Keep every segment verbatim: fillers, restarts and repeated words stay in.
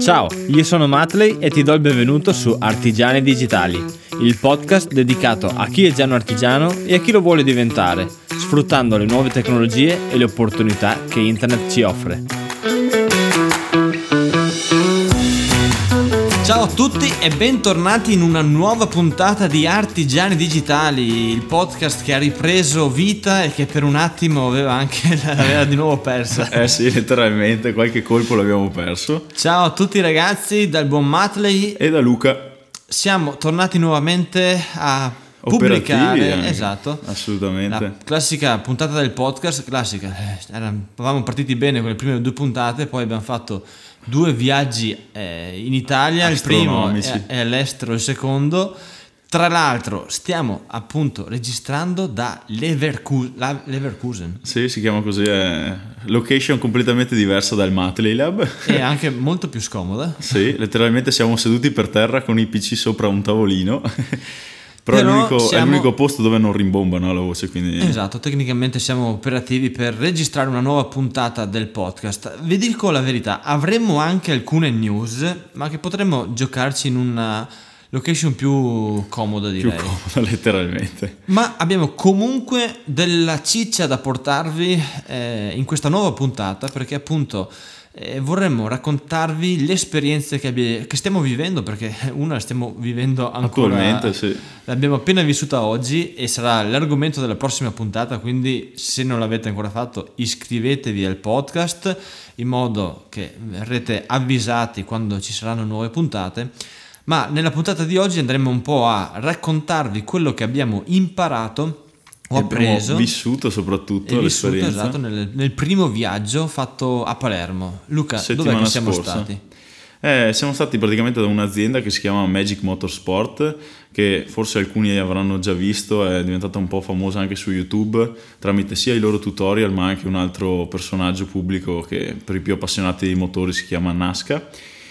Ciao, io sono Matley e ti do il benvenuto su Artigiani Digitali, il podcast dedicato a chi è già un artigiano e a chi lo vuole diventare, sfruttando le nuove tecnologie e le opportunità che internet ci offre. Ciao a tutti e bentornati in una nuova puntata di Artigiani Digitali, il podcast che ha ripreso vita e che per un attimo aveva anche l'aveva di nuovo persa. Eh sì, letteralmente qualche colpo l'abbiamo perso. Ciao a tutti ragazzi, dal buon Matley e da Luca. Siamo tornati nuovamente a pubblicare, anche. Esatto, assolutamente. La classica puntata del podcast, classica. Eravamo partiti bene con le prime due puntate, poi abbiamo fatto due viaggi eh, in Italia, il primo è, è all'estero, il secondo. Tra l'altro stiamo appunto registrando da Leverkusen, la Leverkusen. Sì, si chiama così, è location completamente diversa dal Matley Lab. E anche molto più scomoda. Sì, letteralmente siamo seduti per terra con i P C sopra un tavolino. Però, Però è, l'unico, siamo... è l'unico posto dove non rimbomba, no, la voce, quindi... Esatto, tecnicamente siamo operativi per registrare una nuova puntata del podcast. Vi dico la verità, avremmo anche alcune news, ma che potremmo giocarci in una location più comoda, direi. Più comoda, letteralmente. Ma abbiamo comunque della ciccia da portarvi eh, in questa nuova puntata, perché appunto... Eh, vorremmo raccontarvi le esperienze che, abbia, che stiamo vivendo, perché una la stiamo vivendo ancora attualmente, sì. L'abbiamo appena vissuta oggi e sarà l'argomento della prossima puntata, quindi se non l'avete ancora fatto iscrivetevi al podcast in modo che verrete avvisati quando ci saranno nuove puntate. Ma nella puntata di oggi andremo un po' a raccontarvi quello che abbiamo imparato, ho appreso, vissuto soprattutto e l'esperienza. Vissuto, esatto, nel, nel primo viaggio fatto a Palermo. Luca, dov'è che siamo scorsa. stati? Eh, siamo stati praticamente da un'azienda che si chiama Magic Motorsport, che forse alcuni avranno già visto, è diventata un po' famosa anche su YouTube tramite sia i loro tutorial ma anche un altro personaggio pubblico che per i più appassionati di motori si chiama Nasca.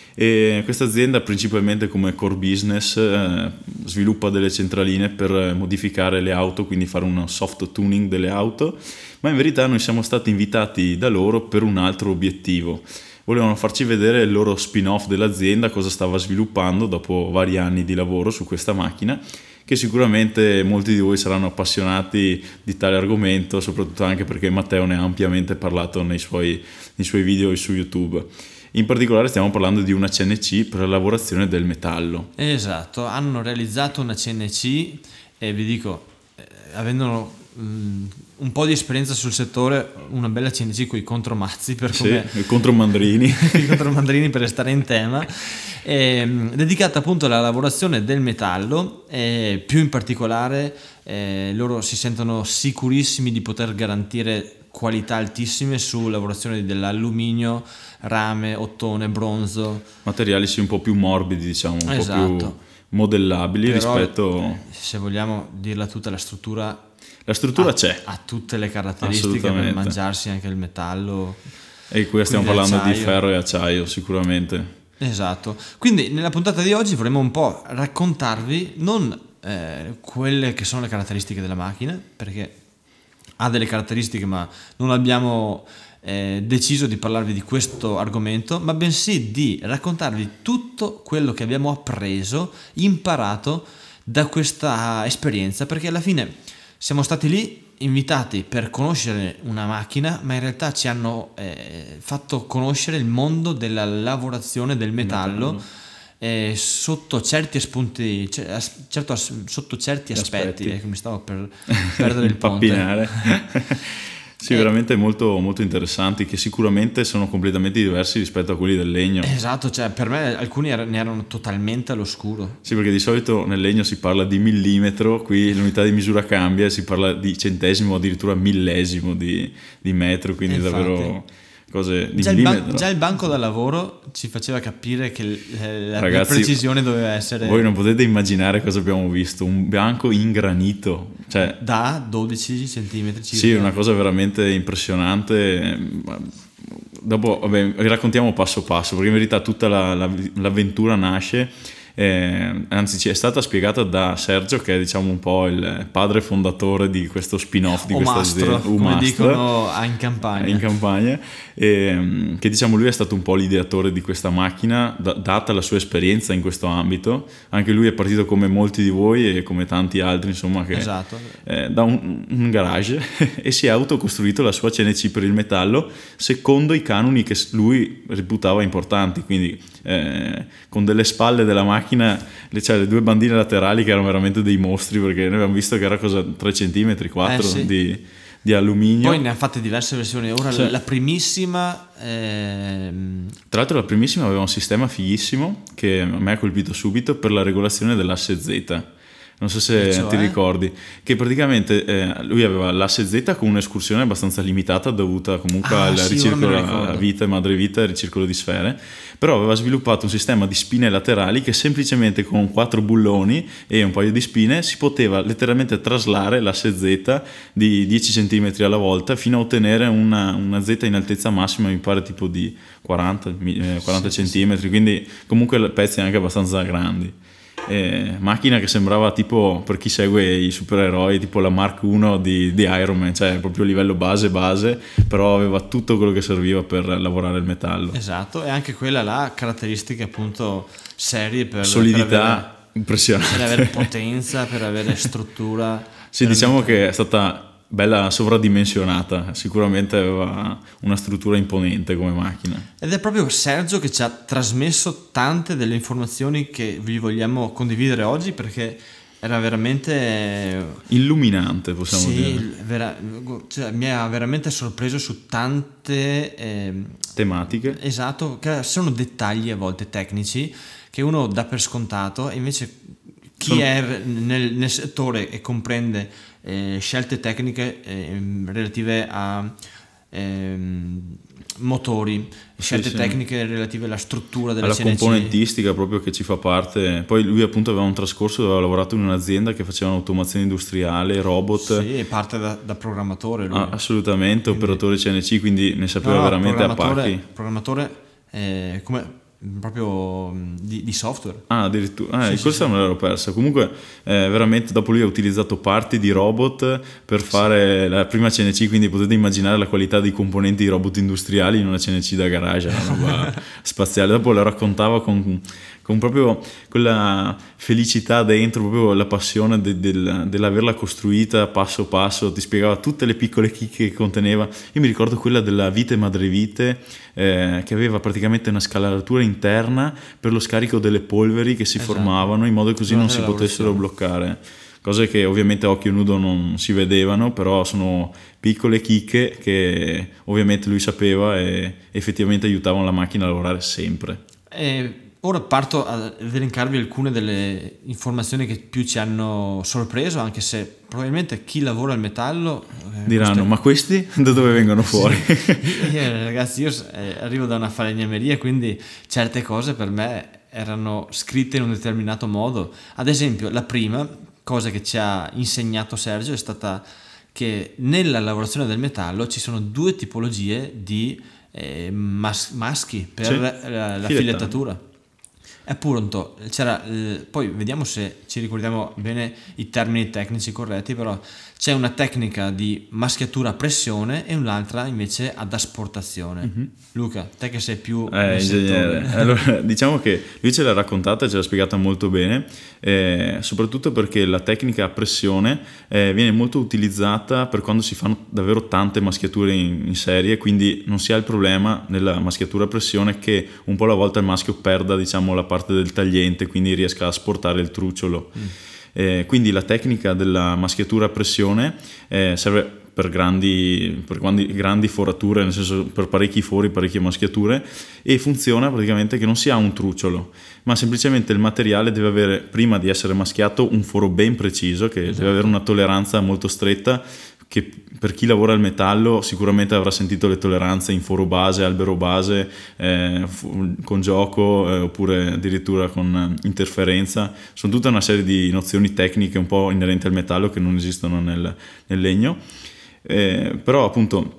E questa azienda principalmente come core business eh, sviluppa delle centraline per modificare le auto, quindi fare un soft tuning delle auto, ma in verità noi siamo stati invitati da loro per un altro obiettivo. Volevano farci vedere il loro spin-off dell'azienda, cosa stava sviluppando dopo vari anni di lavoro su questa macchina, che sicuramente molti di voi saranno appassionati di tale argomento, soprattutto anche perché Matteo ne ha ampiamente parlato nei suoi, nei suoi video su YouTube. In particolare stiamo parlando di una C N C per la lavorazione del metallo. Esatto, hanno realizzato una C N C e vi dico, eh, avendo mh, un po' di esperienza sul settore, una bella C N C con i contromazzi per come... Sì, i contromandrini. I contromandrini per restare in tema, eh, dedicata appunto alla lavorazione del metallo, e più in particolare eh, loro si sentono sicurissimi di poter garantire qualità altissime su lavorazione dell'alluminio, rame, ottone, bronzo, materiali sì un po' più morbidi, diciamo, un esatto. po' più modellabili. Però, rispetto, se vogliamo dirla tutta, la struttura la struttura ha, c'è, ha tutte le caratteristiche per mangiarsi anche il metallo, e qui stiamo parlando acciaio. Di ferro e acciaio sicuramente. Esatto, quindi nella puntata di oggi vorremmo un po' raccontarvi non eh, quelle che sono le caratteristiche della macchina, perché ha delle caratteristiche ma non abbiamo eh, deciso di parlarvi di questo argomento, ma bensì di raccontarvi tutto quello che abbiamo appreso, imparato da questa esperienza, perché alla fine siamo stati lì invitati per conoscere una macchina, ma in realtà ci hanno eh, fatto conoscere il mondo della lavorazione del metallo, metallo. Eh, sotto certi spunti, certo, sotto certi aspetti, aspetti. Eh, mi stavo per perdere il ponte. Sì, eh. veramente molto, molto interessanti, che sicuramente sono completamente diversi rispetto a quelli del legno. Esatto, cioè per me alcuni er- ne erano totalmente all'oscuro. Sì, perché di solito nel legno si parla di millimetro, qui l'unità di misura cambia e si parla di centesimo o addirittura millesimo di, di metro, quindi infatti, davvero cose di già millimetro. Il ban- già il banco da lavoro ci faceva capire che l- la, Ragazzi, la precisione doveva essere... Voi non potete immaginare cosa abbiamo visto, un banco in granito, cioè da dodici centimetri circa. Sì, una cosa veramente impressionante. Dopo vabbè, raccontiamo passo passo, perché in verità tutta la, la, l'avventura nasce eh, anzi ci è stata spiegata da Sergio, che è diciamo un po' il padre fondatore di questo spin-off di o questa mastro, azienda, come mastro, dicono in campagna, in campagna e, che diciamo lui è stato un po' l'ideatore di questa macchina, da, data la sua esperienza in questo ambito. Anche lui è partito come molti di voi e come tanti altri, insomma, che esatto. eh, da un, un garage e si è autocostruito la sua C N C per il metallo secondo i canoni che lui reputava importanti, quindi eh, con delle spalle della macchina, le, cioè le due bandine laterali che erano veramente dei mostri, perché noi abbiamo visto che era cosa tre centimetri, quattro eh, sì. di, di alluminio. Poi ne ha fatte diverse versioni. Ora sì. la primissima ehm... tra l'altro la primissima aveva un sistema fighissimo che a me ha colpito subito per la regolazione dell'asse Z. Non so se cioè? ti ricordi, che praticamente eh, lui aveva l'asse Z con un'escursione abbastanza limitata dovuta comunque ah, al sì, ricircolo a vita e madre vita e ricircolo di sfere, però aveva sviluppato un sistema di spine laterali che semplicemente con quattro bulloni e un paio di spine si poteva letteralmente traslare l'asse Z di dieci centimetri alla volta fino a ottenere una, una Z in altezza massima, mi pare tipo di quaranta, eh, quaranta sì, centimetri, sì. Quindi comunque pezzi anche abbastanza grandi. Eh, macchina che sembrava tipo, per chi segue i supereroi, tipo la Mark uno di, di Iron Man, cioè proprio livello base base, però aveva tutto quello che serviva per lavorare il metallo. Esatto, e anche quella là, caratteristiche appunto serie per solidità per avere, impressionante, per avere potenza, per avere struttura. Sì, diciamo che è stata bella sovradimensionata, sicuramente aveva una struttura imponente come macchina. Ed è proprio Sergio che ci ha trasmesso tante delle informazioni che vi vogliamo condividere oggi, perché era veramente illuminante, possiamo sì, dire. Vera, cioè, mi ha veramente sorpreso su tante eh, tematiche. Esatto, che sono dettagli a volte tecnici che uno dà per scontato, e invece chi sono... è nel, nel settore e comprende eh, scelte tecniche eh, relative a eh, motori, scelte sì, tecniche sì. relative alla struttura della alla C N C, componentistica proprio che ci fa parte. Poi lui appunto aveva un trascorso dove aveva lavorato in un'azienda che faceva automazione industriale, robot. Sì, parte da, da programmatore lui. Ah, assolutamente, quindi... operatore C N C, quindi ne sapeva no, veramente a programmatore, pacchi. Programmatore eh, come proprio di, di software. Ah, addirittura, eh, sì, questa sì, me l'ero persa. Comunque eh, veramente dopo lui ha utilizzato parti di robot per fare sì. la prima C N C, quindi potete immaginare la qualità dei componenti di robot industriali in una C N C da garage, una roba spaziale. Dopo lo raccontava con, con proprio quella felicità dentro, proprio la passione de, del, dell'averla costruita passo passo, ti spiegava tutte le piccole chicche che conteneva. Io mi ricordo quella della vite madrevite eh, che aveva praticamente una scalatura interna per lo scarico delle polveri che si esatto. formavano, in modo che così non, non si potessero bloccare, cose che ovviamente a occhio nudo non si vedevano, però sono piccole chicche che ovviamente lui sapeva e effettivamente aiutavano la macchina a lavorare sempre. E ora parto ad elencarvi alcune delle informazioni che più ci hanno sorpreso, anche se probabilmente chi lavora al metallo eh, diranno queste... ma questi da dove vengono fuori? Sì. io, ragazzi io eh, arrivo da una falegnameria, quindi certe cose per me erano scritte in un determinato modo. Ad esempio, la prima cosa che ci ha insegnato Sergio è stata che nella lavorazione del metallo ci sono due tipologie di eh, mas- maschi per sì. la, la filettatura. Appunto, c'era, eh, poi vediamo se ci ricordiamo bene i termini tecnici corretti, però c'è una tecnica di maschiatura a pressione e un'altra invece ad asportazione. Mm-hmm. Luca, te che sei più eh, ingegnere, allora, diciamo che lui ce l'ha raccontata e ce l'ha spiegata molto bene, eh, soprattutto perché la tecnica a pressione eh, viene molto utilizzata per quando si fanno davvero tante maschiature in, in serie, quindi non si ha il problema nella maschiatura a pressione che un po' alla volta il maschio perda, diciamo, la parte del tagliente, quindi riesca a sportare il trucciolo. Mm. Eh, quindi la tecnica della maschiatura a pressione eh, serve per grandi, per grandi, grandi forature, nel senso per parecchi fori, parecchie maschiature, e funziona praticamente che non si ha un trucciolo, ma semplicemente il materiale deve avere, prima di essere maschiato, un foro ben preciso, che esatto. deve avere una tolleranza molto stretta, che per chi lavora al metallo sicuramente avrà sentito le tolleranze in foro base, albero base, eh, con gioco eh, oppure addirittura con interferenza. Sono tutta una serie di nozioni tecniche un po' inerenti al metallo che non esistono nel, nel legno, eh, però appunto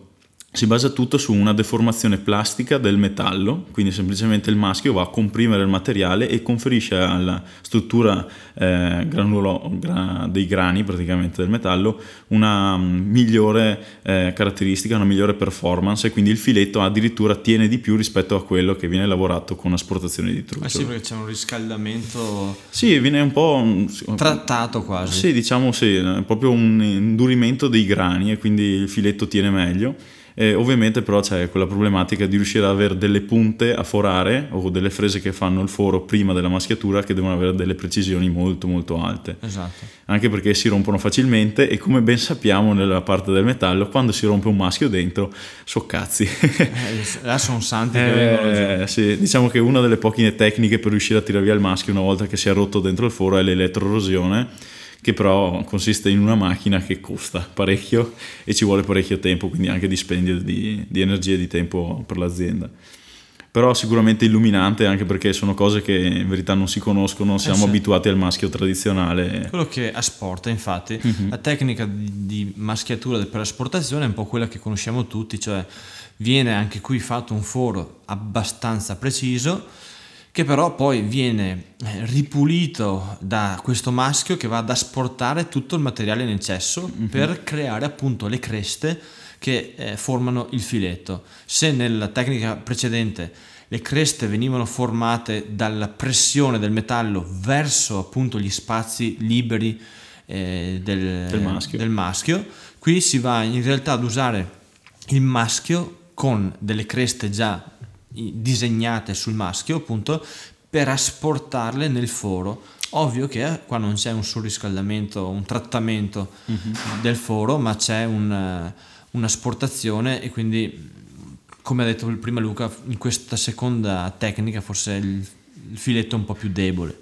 si basa tutto su una deformazione plastica del metallo, quindi semplicemente il maschio va a comprimere il materiale e conferisce alla struttura eh, granulo, gra, dei grani praticamente del metallo una migliore eh, caratteristica, una migliore performance, e quindi il filetto addirittura tiene di più rispetto a quello che viene lavorato con asportazione di trucciolo. Eh sì, perché c'è un riscaldamento sì, viene un po' trattato quasi. Sì, diciamo sì, è proprio un indurimento dei grani e quindi il filetto tiene meglio. E ovviamente però c'è quella problematica di riuscire ad avere delle punte a forare o delle frese che fanno il foro prima della maschiatura, che devono avere delle precisioni molto molto alte. Esatto. Anche perché si rompono facilmente e, come ben sappiamo nella parte del metallo, quando si rompe un maschio dentro so cazzi. Eh, là sono santi che vengono eh, sì, diciamo che una delle poche tecniche per riuscire a tirare via il maschio una volta che si è rotto dentro il foro è l'elettrorosione, che però consiste in una macchina che costa parecchio e ci vuole parecchio tempo, quindi anche dispendio di, di energia e di tempo per l'azienda. Però sicuramente illuminante, anche perché sono cose che in verità non si conoscono, siamo eh sì. abituati al maschio tradizionale. Quello che asporta, infatti, uh-huh. la tecnica di, di maschiatura per l'asportazione è un po' quella che conosciamo tutti, cioè viene anche qui fatto un foro abbastanza preciso, che però poi viene ripulito da questo maschio che va ad asportare tutto il materiale in eccesso mm-hmm. per creare appunto le creste che eh, formano il filetto. Se nella tecnica precedente le creste venivano formate dalla pressione del metallo verso appunto gli spazi liberi eh, del, del, maschio. del maschio, qui si va in realtà ad usare il maschio con delle creste già disegnate sul maschio appunto per asportarle nel foro. Ovvio che qua non c'è un surriscaldamento, un trattamento mm-hmm. del foro, ma c'è un, un'asportazione, e quindi, come ha detto prima Luca, in questa seconda tecnica forse il, il filetto è un po' più debole.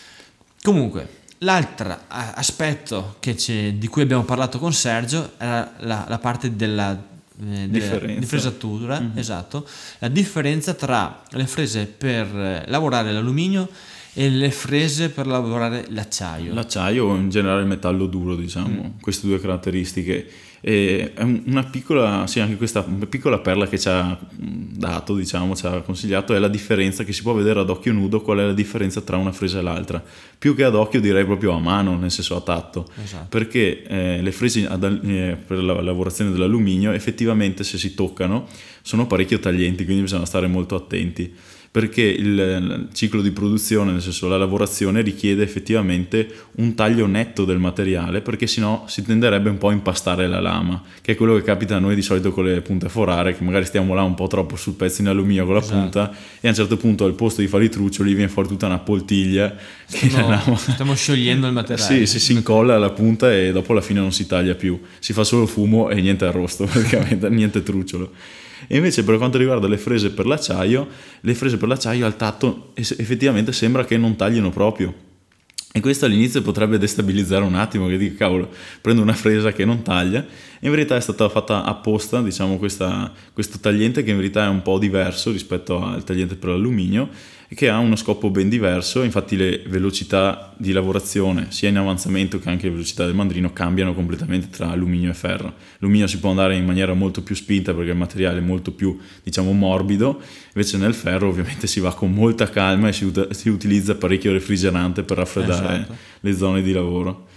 Comunque l'altro aspetto che c'è, di cui abbiamo parlato con Sergio, era la, la parte della Eh, di fresatura, mm-hmm. esatto, la differenza tra le frese per lavorare l'alluminio e le frese per lavorare l'acciaio. L'acciaio o in generale il metallo duro, diciamo, mm. queste due caratteristiche. E è una piccola, sì, anche questa piccola perla che ci ha dato, diciamo, ci ha consigliato, è la differenza che si può vedere ad occhio nudo, qual è la differenza tra una fresa e l'altra. Più che ad occhio direi proprio a mano, nel senso a tatto, esatto. perché eh, le frese ad, eh, per la lavorazione dell'alluminio effettivamente, se si toccano, sono parecchio taglienti, quindi bisogna stare molto attenti, perché il, il ciclo di produzione, nel senso la lavorazione, richiede effettivamente un taglio netto del materiale, perché sennò si tenderebbe un po' a impastare la lama, che è quello che capita a noi di solito con le punte a forare, che magari stiamo là un po' troppo sul pezzo in alluminio con la esatto. punta, e a un certo punto al posto di fare i truccioli viene fuori tutta una poltiglia. Stiamo, lama... stiamo sciogliendo il materiale. Sì, si, si incolla alla punta e dopo alla fine non si taglia più, si fa solo fumo e niente arrosto praticamente, niente trucciolo. E invece per quanto riguarda le frese per l'acciaio, le frese per l'acciaio al tatto effettivamente sembra che non taglino proprio, e questo all'inizio potrebbe destabilizzare un attimo, che dico cavolo, prendo una fresa che non taglia. In verità è stata fatta apposta, diciamo, questa, questo tagliente, che in verità è un po' diverso rispetto al tagliente per l'alluminio, e che ha uno scopo ben diverso. Infatti le velocità di lavorazione sia in avanzamento che anche le velocità del mandrino cambiano completamente tra alluminio e ferro. L'alluminio si può andare in maniera molto più spinta perché il materiale è molto più, diciamo, morbido, invece nel ferro ovviamente si va con molta calma e si, ut- si utilizza parecchio refrigerante per raffreddare esatto. le zone di lavoro.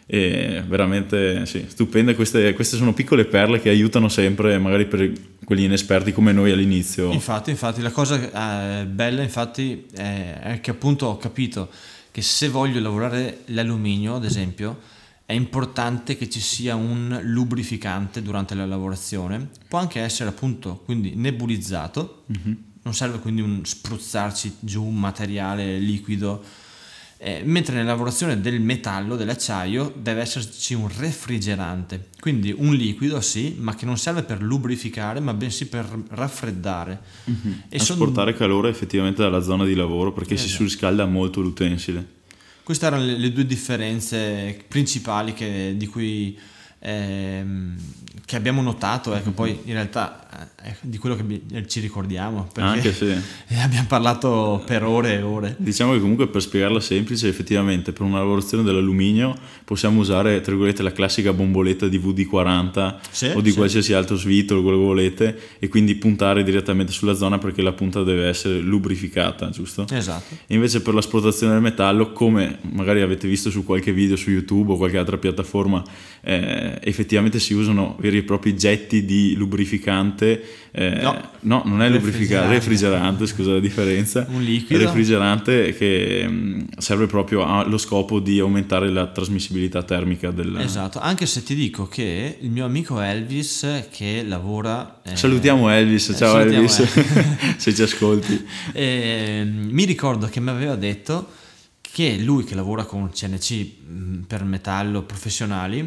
E veramente sì, stupende. Queste, queste sono piccole perle che aiutano sempre, magari per quelli inesperti come noi all'inizio. Infatti, infatti la cosa eh, bella infatti è, è che appunto ho capito che se voglio lavorare l'alluminio, ad esempio, è importante che ci sia un lubrificante durante la lavorazione. Può anche essere appunto quindi nebulizzato, mm-hmm. non serve quindi un spruzzarci giù un materiale liquido. Eh, mentre nella lavorazione del metallo, dell'acciaio, deve esserci un refrigerante, quindi un liquido sì, ma che non serve per lubrificare, ma bensì per raffreddare mm-hmm. e asportare son... calore effettivamente dalla zona di lavoro, perché esatto. si surriscalda molto l'utensile. Queste erano le, le due differenze principali che, di cui ehm, che abbiamo notato, ecco, poi in realtà è di quello che bi- ci ricordiamo, perché Anche sì. abbiamo parlato per ore e ore. Diciamo che comunque, per spiegarla semplice, effettivamente per una lavorazione dell'alluminio possiamo usare, tra virgolette, la classica bomboletta di V D quaranta Sì, o di sì. qualsiasi altro svitolo, quello che volete, e quindi puntare direttamente sulla zona, perché la punta deve essere lubrificata, giusto? Esatto. E invece per l'asportazione del metallo, come magari avete visto su qualche video su YouTube o qualche altra piattaforma, eh, effettivamente si usano veri e propri getti di lubrificante. Eh, No. no, non è lubrificante, Refrigerante. refrigerante, scusa la differenza. Un liquido. Refrigerante che mh, serve proprio allo scopo di aumentare la trasmissibilità termica del... Esatto, anche se ti dico che il mio amico Elvis, che lavora... eh, Salutiamo Elvis, eh, ciao salutiamo Elvis, Elvis. se ci ascolti. Eh, mi ricordo che mi aveva detto che lui, che lavora con C N C mh, per metallo professionali,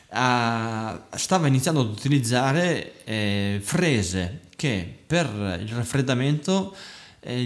ah, stava iniziando ad utilizzare eh, frese che per il raffreddamento eh,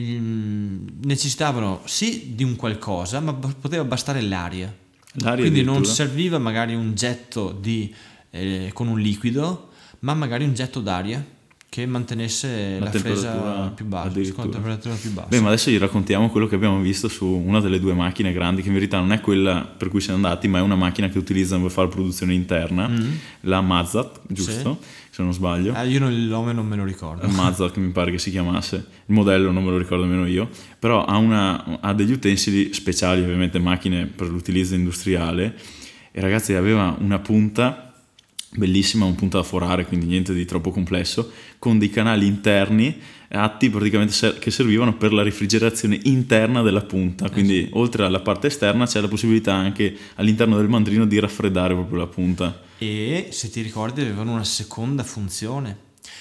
il- necessitavano sì di un qualcosa, ma b- poteva bastare l'aria. L'aria Quindi non addirittura. serviva magari un getto di, eh, con un liquido, ma magari un getto d'aria che mantenesse La la, fresa temperatura più bassa, addirittura. con temperatura più bassa. Beh, ma adesso gli raccontiamo quello che abbiamo visto su una delle due macchine grandi, che in verità non è quella per cui siamo andati, ma è una macchina che utilizzano per fare produzione interna, la Mazat, giusto? Se non sbaglio. Ah, io non, il nome non me lo ricordo. Mazda, che mi pare che si chiamasse, il modello non me lo ricordo nemmeno io, però ha, una, ha degli utensili speciali, ovviamente macchine per l'utilizzo industriale, e ragazzi, aveva una punta bellissima, un punta da forare, quindi niente di troppo complesso, con dei canali interni atti praticamente ser- che servivano per la refrigerazione interna della punta, quindi Eh sì. oltre alla parte esterna c'è la possibilità anche all'interno del mandrino di raffreddare proprio la punta. E se ti ricordi avevano una seconda funzione,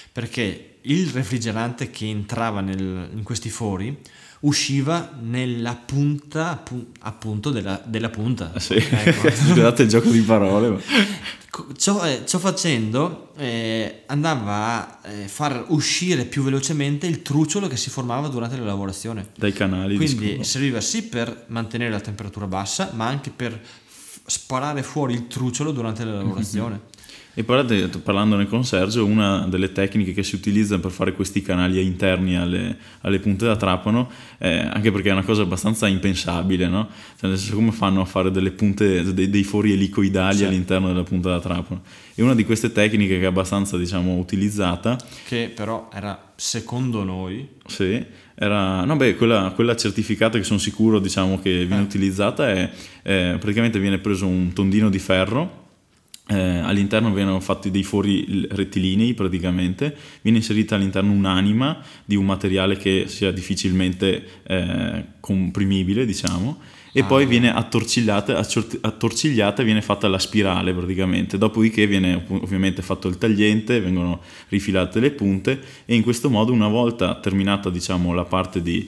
perché il refrigerante che entrava nel- in questi fori usciva nella punta appu- appunto della, della punta. Ah, sì. Ecco. Scusate il gioco di parole, ma... Ciò, eh, ciò facendo eh, andava a eh, far uscire più velocemente il trucciolo che si formava durante la lavorazione. dai canali di Quindi scuro. serviva sì per mantenere la temperatura bassa, ma anche per f- sparare fuori il trucciolo durante la lavorazione. E parlate, parlandone con Sergio, una delle tecniche che si utilizzano per fare questi canali interni alle, alle punte da trapano, eh, anche perché è una cosa abbastanza impensabile, no? Cioè, nel senso, come fanno a fare delle punte, dei, dei fori elicoidali Sì. all'interno della punta da trapano? E una di queste tecniche che è abbastanza, diciamo, utilizzata, Che però era, secondo noi, sì, era, no beh, quella, quella certificata, che sono sicuro, diciamo, che viene Eh. utilizzata, è, è praticamente viene preso un tondino di ferro. Eh, all'interno vengono fatti dei fori rettilinei, praticamente viene inserita all'interno un'anima di un materiale che sia difficilmente eh, comprimibile, diciamo, e Ah. poi viene attorcigliata, accior- attorcigliata e viene fatta la spirale, praticamente. Dopodiché viene ovviamente fatto il tagliente, vengono rifilate le punte, e in questo modo, una volta terminata, diciamo, la parte di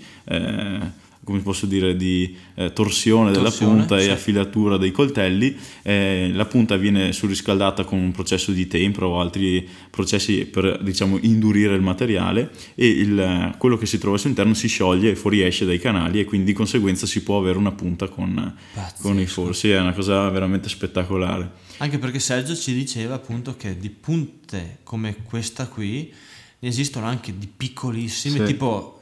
eh, come posso dire, di eh, torsione, della Torsione, punta sì. e affilatura dei coltelli, eh, la punta viene surriscaldata con un processo di tempera o altri processi per, diciamo, indurire il materiale, e il, quello che si trova all'interno si scioglie e fuoriesce dai canali, e quindi di conseguenza si può avere una punta con, con i fori. Sì, è una cosa veramente spettacolare. anche perché Sergio ci diceva appunto che di punte come questa qui ne esistono anche di piccolissime, Sì. tipo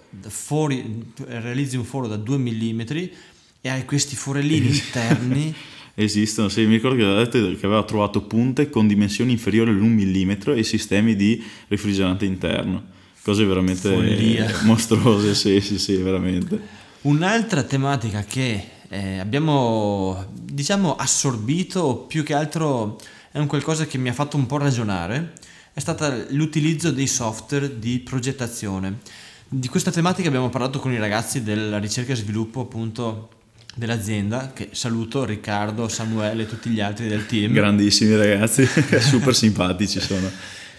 fori, realizzi un foro da due millimetri e hai questi forellini interni. Esistono, sì, mi ricordo che aveva detto che aveva trovato punte con dimensioni inferiori all'un millimetro e sistemi di refrigerante interno, cose veramente Follia. mostruose, sì, sì, sì, veramente. Un'altra tematica che eh, abbiamo, diciamo, assorbito, o più che altro è un qualcosa che mi ha fatto un po' ragionare, è stata l'utilizzo dei software di progettazione. Di questa tematica abbiamo parlato con i ragazzi della ricerca e sviluppo, appunto, dell'azienda, che saluto, Riccardo, Samuele e tutti gli altri del team. Grandissimi ragazzi, super simpatici sono.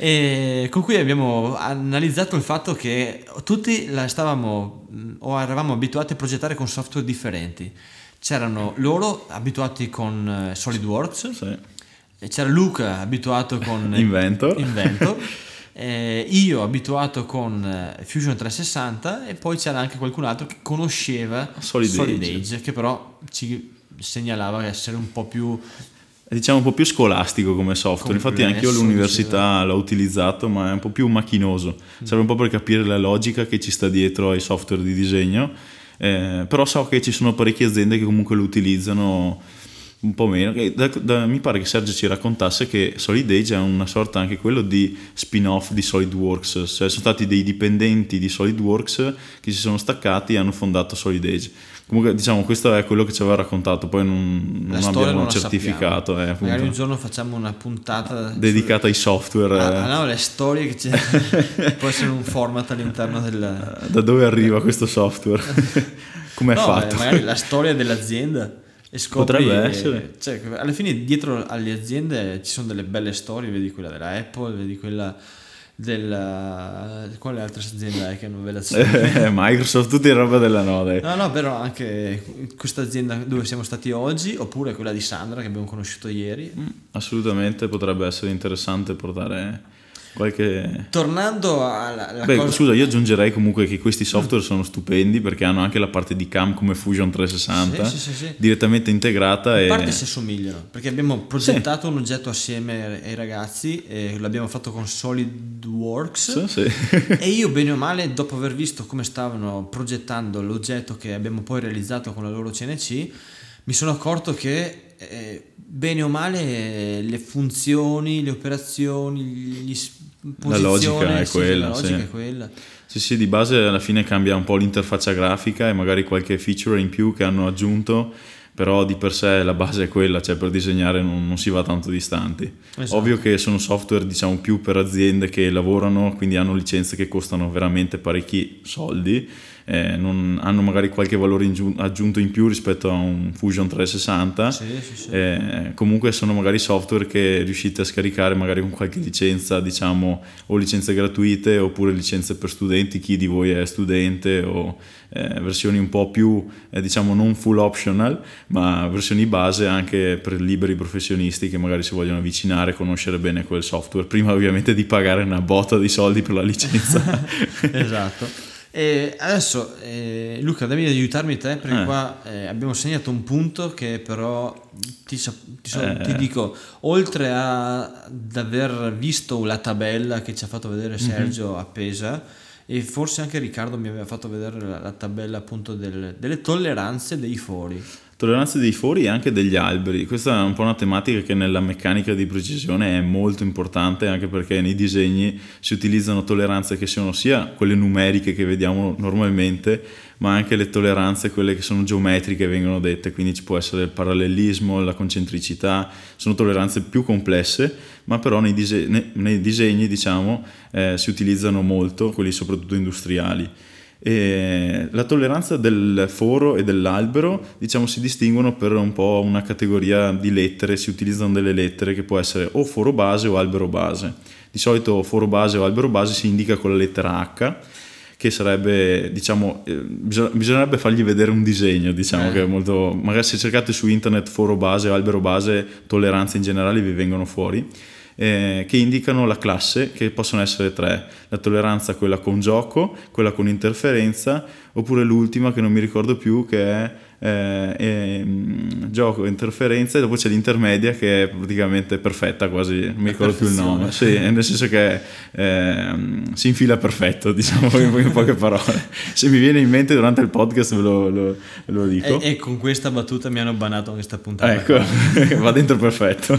E con cui abbiamo analizzato il fatto che tutti la stavamo mh, o eravamo abituati a progettare con software differenti. C'erano loro abituati con eh, SolidWorks, Sì. e c'era Luca abituato con eh, Inventor. Inventor, eh, io abituato con eh, Fusion trecentosessanta, e poi c'era anche qualcun altro che conosceva Solid Solid Edge. Edge, che però ci segnalava essere un po' più è diciamo un po' più scolastico come software, infatti anche io all'università l'ho utilizzato, ma è un po' più macchinoso, serve un po' per capire la logica che ci sta dietro ai software di disegno, eh, però so che ci sono parecchie aziende che comunque lo utilizzano un po' meno. Da, da, mi pare che Sergio ci raccontasse che Solid Edge è una sorta anche quello di spin-off di SolidWorks, cioè sono stati dei dipendenti di SolidWorks che si sono staccati e hanno fondato Solid Edge. Comunque diciamo questo è quello che ci aveva raccontato, poi non, non abbiamo non certificato. Eh, Magari un giorno facciamo una puntata dedicata ai software. Ah, no, le storie che c'è. Può essere un format all'interno del... Da dove arriva questo software? Come è no, fatto? Magari la storia dell'azienda. E scopri, potrebbe essere, cioè, alla fine dietro alle aziende ci sono delle belle storie, vedi quella della Apple, vedi quella della quale altre aziende hai che hanno belle aziende? Microsoft, tutte roba della node. No, no, però anche questa azienda dove siamo stati oggi, oppure quella di Sandra che abbiamo conosciuto ieri. Mm, assolutamente potrebbe essere interessante portare qualche... Tornando alla, alla Beh, cosa... scusa, io aggiungerei comunque che questi software sono stupendi perché hanno anche la parte di cam come Fusion trecentosessanta sì, sì, sì, sì. direttamente integrata. A e... parte si assomigliano, perché abbiamo progettato sì. un oggetto assieme ai ragazzi e l'abbiamo fatto con SolidWorks sì, sì. E io bene o male, dopo aver visto come stavano progettando l'oggetto che abbiamo poi realizzato con la loro C N C, mi sono accorto che eh, bene o male le funzioni, le operazioni, gli la logica è sì, quella, la logica sì. è quella. Sì, sì, di base alla fine cambia un po' l'interfaccia grafica e magari qualche feature in più che hanno aggiunto, però di per sé la base è quella, cioè per disegnare non, non si va tanto distanti. Esatto. Ovvio che sono software diciamo più per aziende che lavorano, quindi hanno licenze che costano veramente parecchi soldi, eh, non, hanno magari qualche valore in giu- aggiunto in più rispetto a un Fusion trecentosessanta, sì, sì, sì. Eh, comunque sono magari software che riuscite a scaricare magari con qualche licenza, diciamo, o licenze gratuite oppure licenze per studenti, chi di voi è studente, o eh, versioni un po' più eh, diciamo non full optional ma versioni base anche per liberi professionisti che magari si vogliono avvicinare, conoscere bene quel software prima ovviamente di pagare una botta di soldi per la licenza. Esatto. E adesso eh, Luca, devi aiutarmi te perché eh. qua eh, abbiamo segnato un punto che però ti, ti, so, eh. ti dico, oltre a, ad aver visto la tabella che ci ha fatto vedere Sergio mm-hmm. appesa, e forse anche Riccardo mi aveva fatto vedere la, la tabella appunto del, delle tolleranze dei fori. Tolleranze dei fori e anche degli alberi. Questa è un po' una tematica che nella meccanica di precisione è molto importante, anche perché nei disegni si utilizzano tolleranze che sono sia quelle numeriche che vediamo normalmente, ma anche le tolleranze, quelle che sono geometriche, vengono dette, quindi ci può essere il parallelismo, la concentricità, sono tolleranze più complesse, ma però nei, dise- nei, nei disegni diciamo eh, si utilizzano molto, quelli soprattutto industriali. E la tolleranza del foro e dell'albero diciamo si distinguono per un po' una categoria di lettere, si utilizzano delle lettere che può essere o foro base o albero base. Di solito foro base o albero base si indica con la lettera H, che sarebbe, diciamo, eh, bisog- bisognerebbe fargli vedere un disegno, diciamo, eh. che è molto, magari se cercate su internet foro base o albero base, tolleranze in generale vi vengono fuori. Eh, che indicano la classe, che possono essere tre: la tolleranza, quella con gioco, quella con interferenza, oppure l'ultima che non mi ricordo più, che è eh, eh, gioco, interferenza, e dopo c'è l'intermedia che è praticamente perfetta, quasi non mi ricordo più il nome, sì, nel senso che eh, si infila perfetto, diciamo in poche parole. Se mi viene in mente durante il podcast ve lo, lo, ve lo dico. E, e con questa battuta mi hanno bannato questa puntata. Ecco, va dentro perfetto.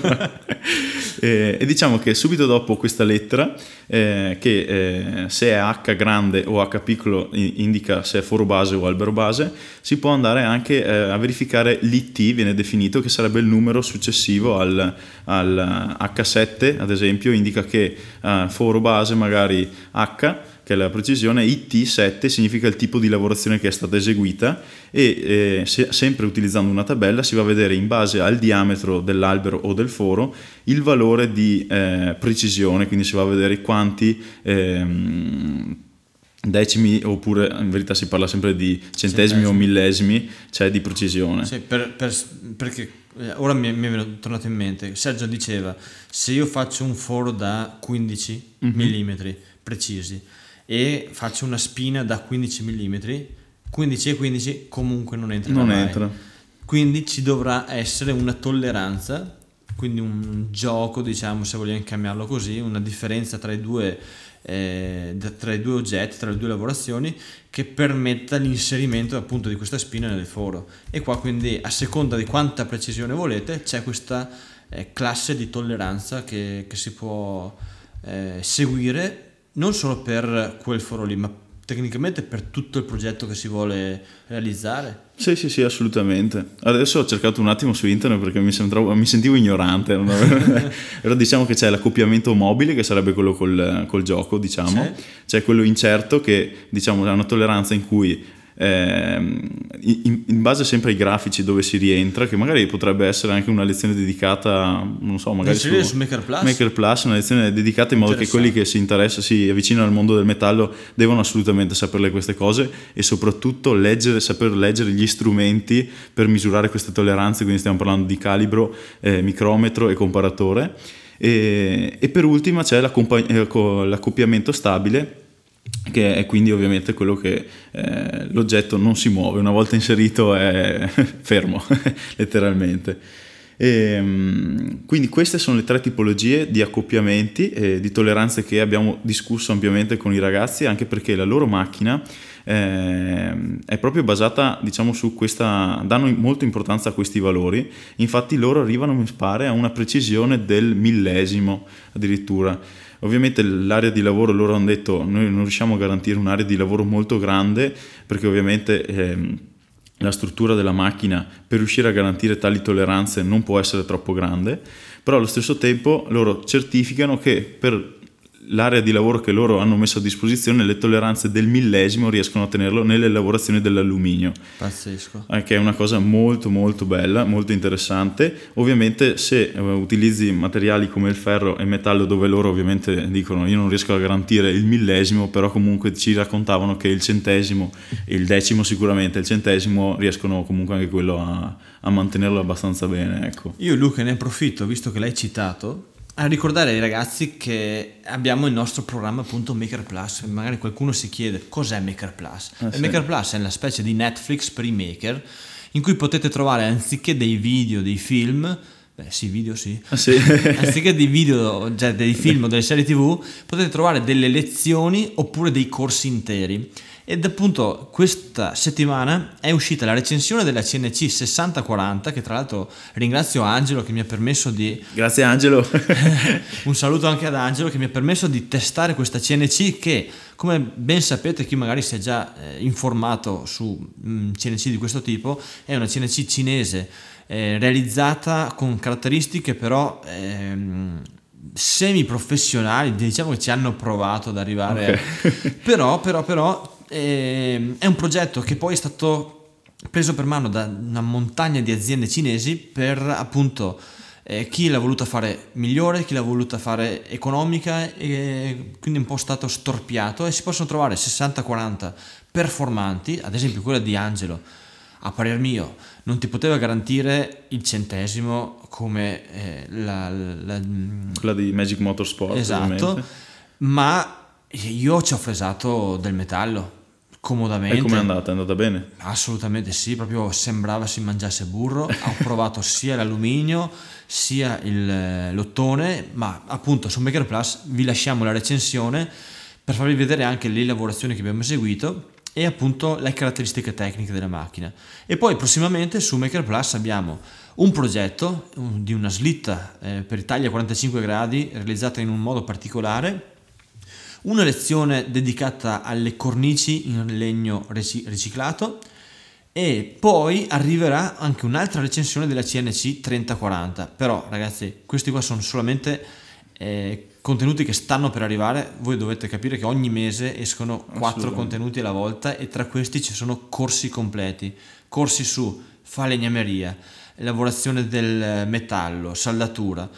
E, e diciamo che subito dopo questa lettera, eh, che eh, se è H grande o H piccolo indica se è foro base o albero base, si può andare anche eh, a verificare l'I T, viene definito, che sarebbe il numero successivo al, al H sette, ad esempio, indica che eh, foro base magari H, che è la precisione, I T sette significa il tipo di lavorazione che è stata eseguita, e eh, se, sempre utilizzando una tabella si va a vedere in base al diametro dell'albero o del foro il valore di eh, precisione, quindi si va a vedere quanti ehm, decimi, oppure in verità si parla sempre di centesimi, centesimi. o millesimi c'è di precisione. Sì, per, per, perché ora mi, mi è tornato in mente, Sergio diceva, se io faccio un foro da quindici mm-hmm. millimetri precisi e faccio una spina da quindici millimetri, quindici e quindici comunque non entra non mai. entra Quindi ci dovrà essere una tolleranza quindi un gioco, diciamo, se vogliamo chiamarlo così, una differenza tra i due eh, tra i due oggetti, tra le due lavorazioni, che permetta l'inserimento appunto di questa spina nel foro. E qua quindi, a seconda di quanta precisione volete, c'è questa eh, classe di tolleranza che, che si può eh, seguire non solo per quel foro lì, ma tecnicamente per tutto il progetto che si vuole realizzare. Sì, sì, sì, assolutamente. Adesso ho cercato un attimo su internet perché mi, sembravo, mi sentivo ignorante, no? Però diciamo che c'è l'accoppiamento mobile, che sarebbe quello col, col gioco, diciamo. Sì. C'è quello incerto, che diciamo ha una tolleranza in cui eh, in, in base sempre ai grafici dove si rientra, che magari potrebbe essere anche una lezione dedicata, non so, magari su, su Maker Plus. Maker Plus, una lezione dedicata in modo che quelli che si interessano, si avvicinano al mondo del metallo, devono assolutamente saperle queste cose, e soprattutto leggere, saper leggere gli strumenti per misurare queste tolleranze. Quindi stiamo parlando di calibro, eh, micrometro e comparatore. E, e per ultima c'è l'accoppiamento stabile, che è quindi ovviamente quello che eh, l'oggetto non si muove, una volta inserito è fermo letteralmente. E, quindi queste sono le tre tipologie di accoppiamenti e di tolleranze che abbiamo discusso ampiamente con i ragazzi, anche perché la loro macchina eh, è proprio basata, diciamo, su questa, danno molta importanza a questi valori. Infatti loro arrivano, mi pare, a una precisione del millesimo addirittura. Ovviamente l'area di lavoro, loro hanno detto, noi non riusciamo a garantire un'area di lavoro molto grande, perché ovviamente ehm, la struttura della macchina per riuscire a garantire tali tolleranze non può essere troppo grande, però allo stesso tempo loro certificano che per l'area di lavoro che loro hanno messo a disposizione le tolleranze del millesimo riescono a tenerlo nelle lavorazioni dell'alluminio. Pazzesco. Che è una cosa molto molto bella, molto interessante. Ovviamente se uh, utilizzi materiali come il ferro e il metallo, dove loro ovviamente dicono io non riesco a garantire il millesimo, però comunque ci raccontavano che il centesimo, il decimo sicuramente, il centesimo riescono comunque anche quello a, a mantenerlo abbastanza bene, ecco. Io, Luca, ne approfitto, visto che l'hai citato, a ricordare ai ragazzi che abbiamo il nostro programma appunto Maker Plus. Magari qualcuno si chiede cos'è Maker Plus. Ah, sì. Maker Plus è una specie di Netflix per i maker, in cui potete trovare, anziché dei video, dei film, beh sì, video sì, ah, sì. anziché dei video, cioè dei film o delle serie tv, potete trovare delle lezioni oppure dei corsi interi. Ed appunto questa settimana è uscita la recensione della C N C sessanta quaranta, che tra l'altro ringrazio Angelo che mi ha permesso di... Grazie Angelo. Un saluto anche ad Angelo che mi ha permesso di testare questa C N C, che come ben sapete, chi magari si è già eh, informato su mh, C N C di questo tipo, è una C N C cinese eh, realizzata con caratteristiche però... Ehm, semi professionali, diciamo che ci hanno provato ad arrivare okay. a... però però però eh, è un progetto che poi è stato preso per mano da una montagna di aziende cinesi per appunto eh, chi l'ha voluta fare migliore, chi l'ha voluta fare economica, e quindi un po' stato storpiato, e si possono trovare sessanta quaranta performanti. Ad esempio quella di Angelo, a parer mio, non ti poteva garantire il centesimo come eh, la, la, quella di Magic Motorsport. Esatto, ovviamente. Ma io ci ho fresato del metallo comodamente. E com'è andata? È andata bene? Assolutamente sì, proprio sembrava si mangiasse burro. Ho provato sia l'alluminio sia il, l'ottone, ma appunto su Maker Plus vi lasciamo la recensione per farvi vedere anche le lavorazioni che abbiamo eseguito e appunto le caratteristiche tecniche della macchina. E poi prossimamente su Maker Plus abbiamo un progetto di una slitta eh, per taglia quarantacinque gradi realizzata in un modo particolare, una lezione dedicata alle cornici in legno riciclato, e poi arriverà anche un'altra recensione della C N C trenta quaranta. Però ragazzi, questi qua sono solamente eh, contenuti che stanno per arrivare. Voi dovete capire che ogni mese escono quattro contenuti alla volta, e tra questi ci sono corsi completi, corsi su falegnameria, lavorazione del metallo, saldatura,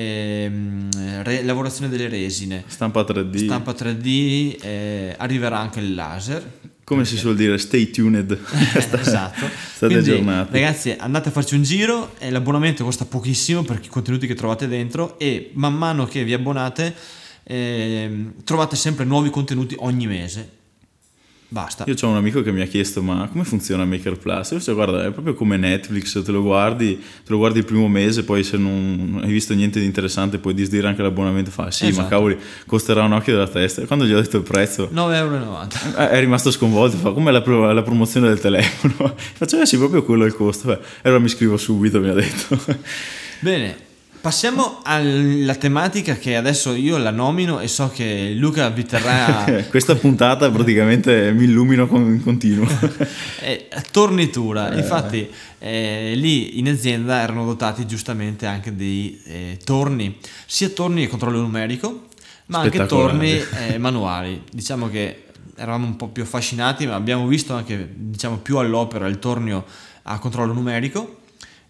ehm, re, lavorazione delle resine, stampa tre D, stampa tre D, eh, arriverà anche il laser. Come perché... si suol dire, stay tuned. Esatto. State Quindi, aggiornati. Ragazzi, andate a farci un giro, e l'abbonamento costa pochissimo per i contenuti che trovate dentro, e man mano che vi abbonate eh, trovate sempre nuovi contenuti ogni mese. basta. Io ho un amico che mi ha chiesto ma come funziona Maker Plus? Io cioè, guarda, è proprio come Netflix, te lo guardi, te lo guardi il primo mese, poi se non hai visto niente di interessante puoi disdire anche l'abbonamento, fa sì, Esatto. ma cavoli, costerà un occhio della testa. E quando gli ho detto il prezzo nove virgola novanta euro. è rimasto sconvolto, fa come la, pro- la promozione del telefono. Faccio eh sì, proprio quello è il costo. Beh, allora mi scrivo subito, mi ha detto. Bene, passiamo alla tematica che adesso io la nomino e so che Luca vi terrà Questa puntata praticamente mi illumino con, in continuo. eh, tornitura. Infatti eh, lì in azienda erano dotati giustamente anche di eh, torni, sia torni a controllo numerico ma anche torni eh, manuali. Diciamo che eravamo un po' più affascinati, ma abbiamo visto anche, diciamo, più all'opera il tornio a controllo numerico.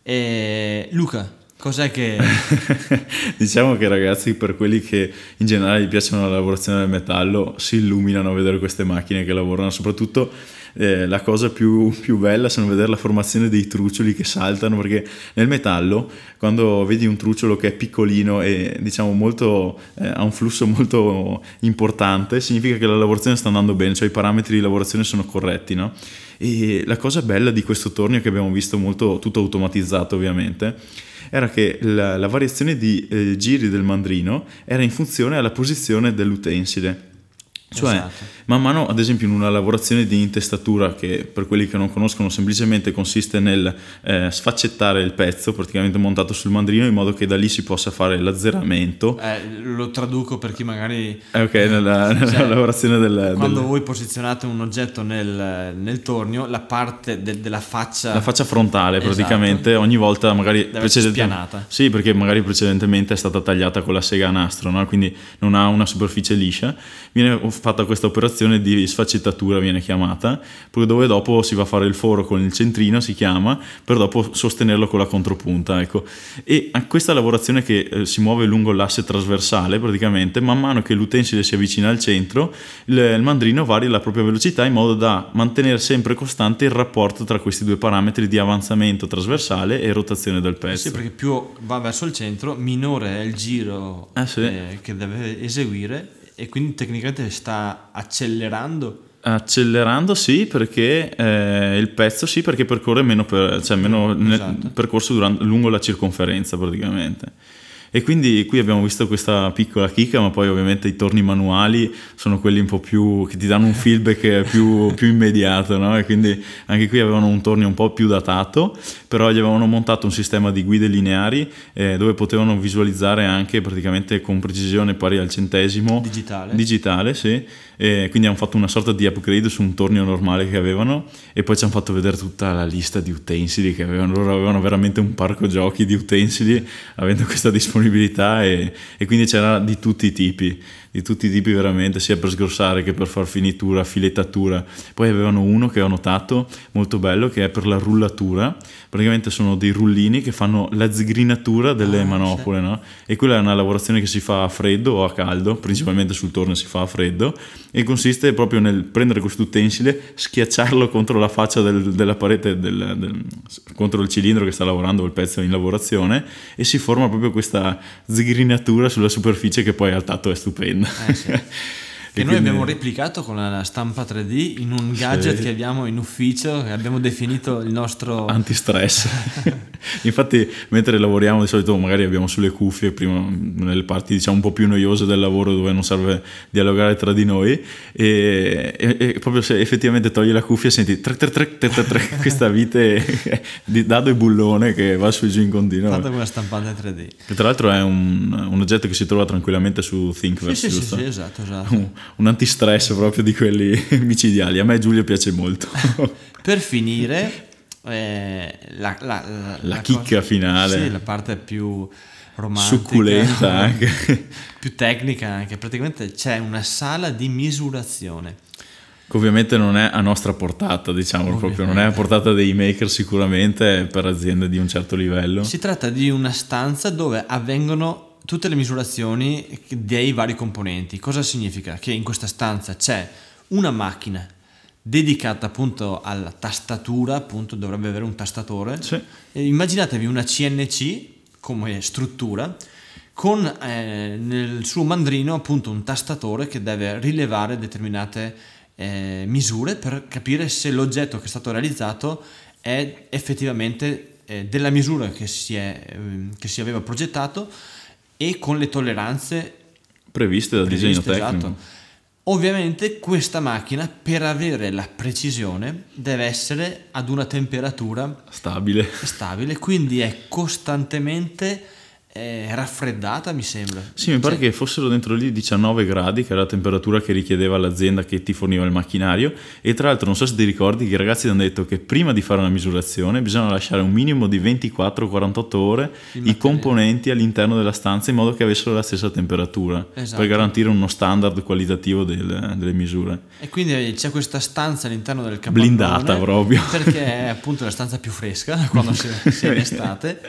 E Luca, cos'è che... Diciamo che ragazzi, per quelli che in generale gli piacciono la lavorazione del metallo, si illuminano a vedere queste macchine che lavorano, soprattutto eh, la cosa più, più bella sono vedere la formazione dei truccioli che saltano, perché nel metallo quando vedi un trucciolo che è piccolino e diciamo molto eh, ha un flusso molto importante, significa che la lavorazione sta andando bene, cioè i parametri di lavorazione sono corretti, no? E la cosa bella di questo tornio, che abbiamo visto molto tutto automatizzato ovviamente, era che la, la variazione di eh, giri del mandrino era in funzione alla posizione dell'utensile. Cioè, Esatto. man mano, ad esempio, in una lavorazione di intestatura, che per quelli che non conoscono semplicemente consiste nel eh, sfaccettare il pezzo praticamente montato sul mandrino in modo che da lì si possa fare l'azzeramento. Eh, lo traduco per chi magari... Eh, ok, nella, nella Cioè, lavorazione del... Quando del... voi posizionate un oggetto nel, nel tornio, la parte del- della faccia... La faccia frontale Esatto. praticamente ogni volta magari Deve essere spianata. Sì, perché magari precedentemente è stata tagliata con la sega a nastro, no? Quindi non ha una superficie liscia. Viene fatta questa operazione di sfaccettatura, viene chiamata, poi dove dopo si va a fare il foro con il centrino, si chiama, per dopo sostenerlo con la contropunta, ecco. E a questa lavorazione che eh, si muove lungo l'asse trasversale praticamente, man mano che l'utensile si avvicina al centro, il, il mandrino varia la propria velocità in modo da mantenere sempre costante il rapporto tra questi due parametri di avanzamento trasversale e rotazione del pezzo. Sì, perché più va verso il centro, minore è il giro Ah, sì. eh, che deve eseguire, e quindi tecnicamente sta accelerando. Accelerando sì, perché eh, il pezzo sì, perché percorre meno, per, cioè meno Esatto. nel percorso durante, lungo la circonferenza praticamente. E quindi qui abbiamo visto questa piccola chicca, ma poi ovviamente i torni manuali sono quelli un po' più che ti danno un feedback più, più immediato, no? E quindi anche qui avevano un tornio un po' più datato, però gli avevano montato un sistema di guide lineari eh, dove potevano visualizzare anche praticamente con precisione pari al centesimo Digitale. digitale, sì. E quindi hanno fatto una sorta di upgrade su un tornio normale che avevano, e poi ci hanno fatto vedere tutta la lista di utensili che avevano. Loro avevano veramente un parco giochi di utensili avendo questa disponibilità, e, e quindi c'era di tutti i tipi di tutti i tipi veramente, sia per sgrossare che per far finitura, filettatura. Poi avevano uno che ho notato molto bello, che è per la rullatura. Praticamente sono dei rullini che fanno la zigrinatura delle Ah, manopole, sì. no? E quella è una lavorazione che si fa a freddo o a caldo, principalmente sul torno si fa a freddo, e consiste proprio nel prendere questo utensile, schiacciarlo contro la faccia del- della parete del, del- contro il cilindro che sta lavorando, il pezzo in lavorazione, e si forma proprio questa zigrinatura sulla superficie che poi al tatto è stupenda. Eh, sì. Che E noi quindi- abbiamo replicato con la stampa tre D in un gadget Sì. che abbiamo in ufficio, che abbiamo definito il nostro... Antistress. Infatti mentre lavoriamo di solito magari abbiamo sulle cuffie prima nelle parti diciamo un po' più noiose del lavoro, dove non serve dialogare tra di noi, e, e- e proprio se effettivamente togli la cuffia senti tre tre tre tre tre tre, questa vite di dado e bullone che va su e giù in continuo, Fatto con la stampante tre D. che tra l'altro è un, un oggetto che si trova tranquillamente su Sì, Thinkiverse, sì, sì, giusto? sì, esatto, esatto. un, un antistress proprio di quelli micidiali. A me Giulio piace molto. Per finire, eh, la, la, la, La la chicca cosa- finale. Sì, la parte più romantica, Succulenta anche. più tecnica anche. Praticamente c'è una sala di misurazione. Che ovviamente non è a nostra portata, diciamo proprio, non è a portata dei maker sicuramente, per aziende di un certo livello. Si tratta di una stanza dove avvengono tutte le misurazioni dei vari componenti. Cosa significa? Che in questa stanza c'è una macchina dedicata appunto alla tastatura, appunto dovrebbe avere un tastatore. Sì. E immaginatevi una C N C come struttura con eh, nel suo mandrino appunto un tastatore che deve rilevare determinate eh, misure per capire se l'oggetto che è stato realizzato è effettivamente eh, della misura che si, è, eh, che si aveva progettato e con le tolleranze previste dal previste, disegno tecnico. Esatto. Ovviamente questa macchina, per avere la precisione, deve essere ad una temperatura Stabile. stabile, quindi è costantemente eh, raffreddata, mi sembra. Sì, mi pare Cioè, che fossero dentro lì diciannove gradi, che era la temperatura che richiedeva l'azienda che ti forniva il macchinario. E tra l'altro non so se ti ricordi che i ragazzi hanno detto che prima di fare una misurazione bisogna lasciare un minimo di ventiquattro quarantotto ore i componenti all'interno della stanza in modo che avessero la stessa temperatura, Esatto. per garantire uno standard qualitativo del- delle misure. E quindi c'è questa stanza all'interno del capannone, Blindata proprio. perché è appunto la stanza più fresca quando si si è in estate,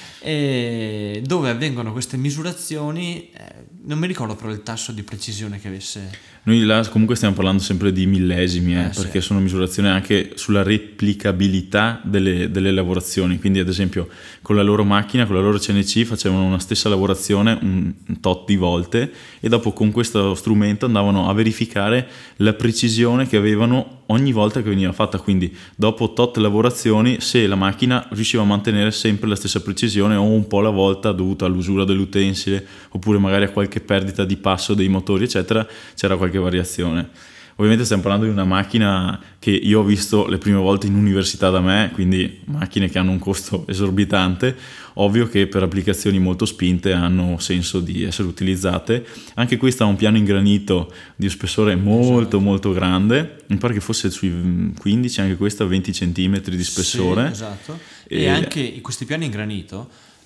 e dove avvengono queste misurazioni. eh, non mi ricordo però il tasso di precisione che avesse. Noi là comunque stiamo parlando sempre di millesimi, eh, Eh, perché sì. sono misurazioni anche sulla replicabilità delle, delle lavorazioni. Quindi ad esempio con la loro macchina, con la loro C N C facevano una stessa lavorazione un, un tot di volte e dopo con questo strumento andavano a verificare la precisione che avevano ogni volta che veniva fatta. Quindi dopo tot lavorazioni, se la macchina riusciva a mantenere sempre la stessa precisione o un po' alla volta dovuta all'usura dell'utensile oppure magari a qualche perdita di passo dei motori eccetera, c'era qualche variazione. Ovviamente stiamo parlando di una macchina che io ho visto le prime volte in università da me, quindi macchine che hanno un costo esorbitante. Ovvio che per applicazioni molto spinte hanno senso di essere utilizzate. Anche questa ha un piano in granito di un spessore molto Esatto. molto grande, mi pare che fosse sui quindici, anche questa venti centimetri di spessore. Sì, esatto. E, E- anche questi piani in granito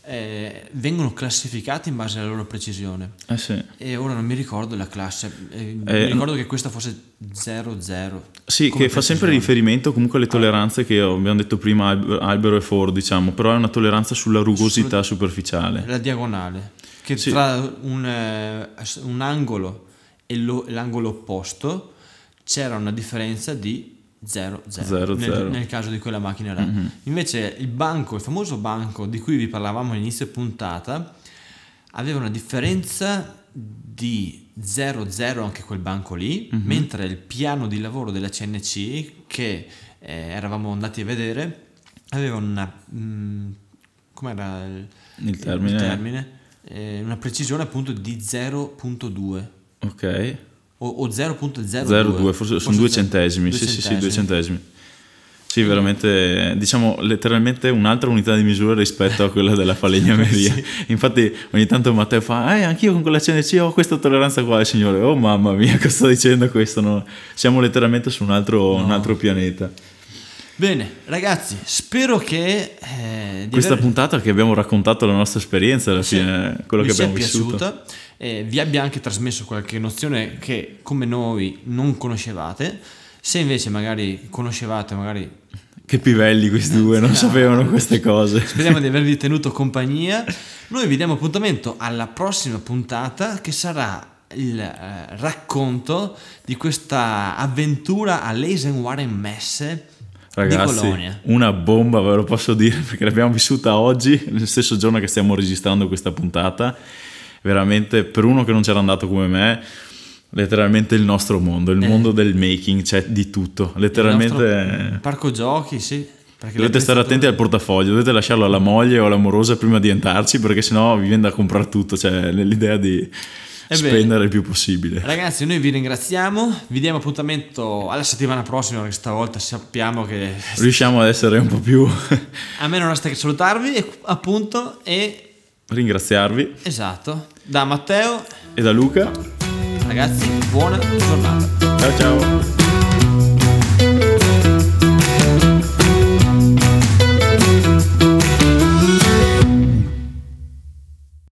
eh, vengono classificati in base alla loro precisione. Eh sì. E ora non mi ricordo la classe, eh, Eh, mi ricordo che questa fosse zero zero. Sì, come che fa sempre precisione. riferimento comunque alle tolleranze che abbiamo detto prima, Alb- Albero e Ford, diciamo, però è una tolleranza sulla rugosità Sul- superficiale. La diagonale, che Sì. tra un, eh, un angolo e lo- l'angolo opposto c'era una differenza di zero zero Zero, nel, zero. nel caso di quella macchina là. Mhm. Invece il banco, il famoso banco di cui vi parlavamo all'inizio puntata, aveva una differenza di zero zero anche quel banco lì, Mhm. mentre il piano di lavoro della C N C che eh, eravamo andati a vedere aveva una mm, com'era il, Il termine. il termine? Eh, una precisione appunto di zero virgola due Ok. o, o zero virgola zero zero virgola due, forse sono due zero- centesimi. due Sì, sì, sì, due centesimi. centesimi. Sì, veramente, diciamo letteralmente un'altra unità di misura rispetto a quella della falegnameria. Sì. Infatti ogni tanto Matteo fa, eh, anch'io con quella C N C ho questa tolleranza qua, il signore, oh mamma mia, cosa sta dicendo questo? No? Siamo letteralmente su un altro, No. un altro pianeta. Bene ragazzi, spero che eh, di Questa aver- puntata che abbiamo raccontato la nostra esperienza, alla Sì, fine, quello vi che sia abbiamo vissuto. piaciuta, eh, vi abbia anche trasmesso qualche nozione che come noi non conoscevate. Se invece magari conoscevate, magari Che pivelli questi due, non No. sapevano queste cose. speriamo di avervi tenuto compagnia. Noi vi diamo appuntamento alla prossima puntata, che sarà il eh, racconto di questa avventura all'Eisenhower Messe di Ragazzi, Colonia. una bomba, ve lo posso dire, perché l'abbiamo vissuta oggi, nel stesso giorno che stiamo registrando questa puntata. Veramente, per uno che non c'era andato come me, letteralmente il nostro mondo, il Eh. mondo del making, c'è di tutto. Il Letteralmente nostro parco giochi, sì. perché dovete le stare attenti attrezzature- al portafoglio, dovete lasciarlo alla moglie o all'amorosa prima di entrarci, perché sennò vi viene da comprare tutto, cioè l'idea di Ebbene. spendere il più possibile. Ragazzi, noi vi ringraziamo, vi diamo appuntamento alla settimana prossima, perché stavolta sappiamo che Riusciamo ad essere un po' più a me non resta che salutarvi e, appunto e ringraziarvi. esatto, da Matteo, E da Luca. ragazzi, buona giornata.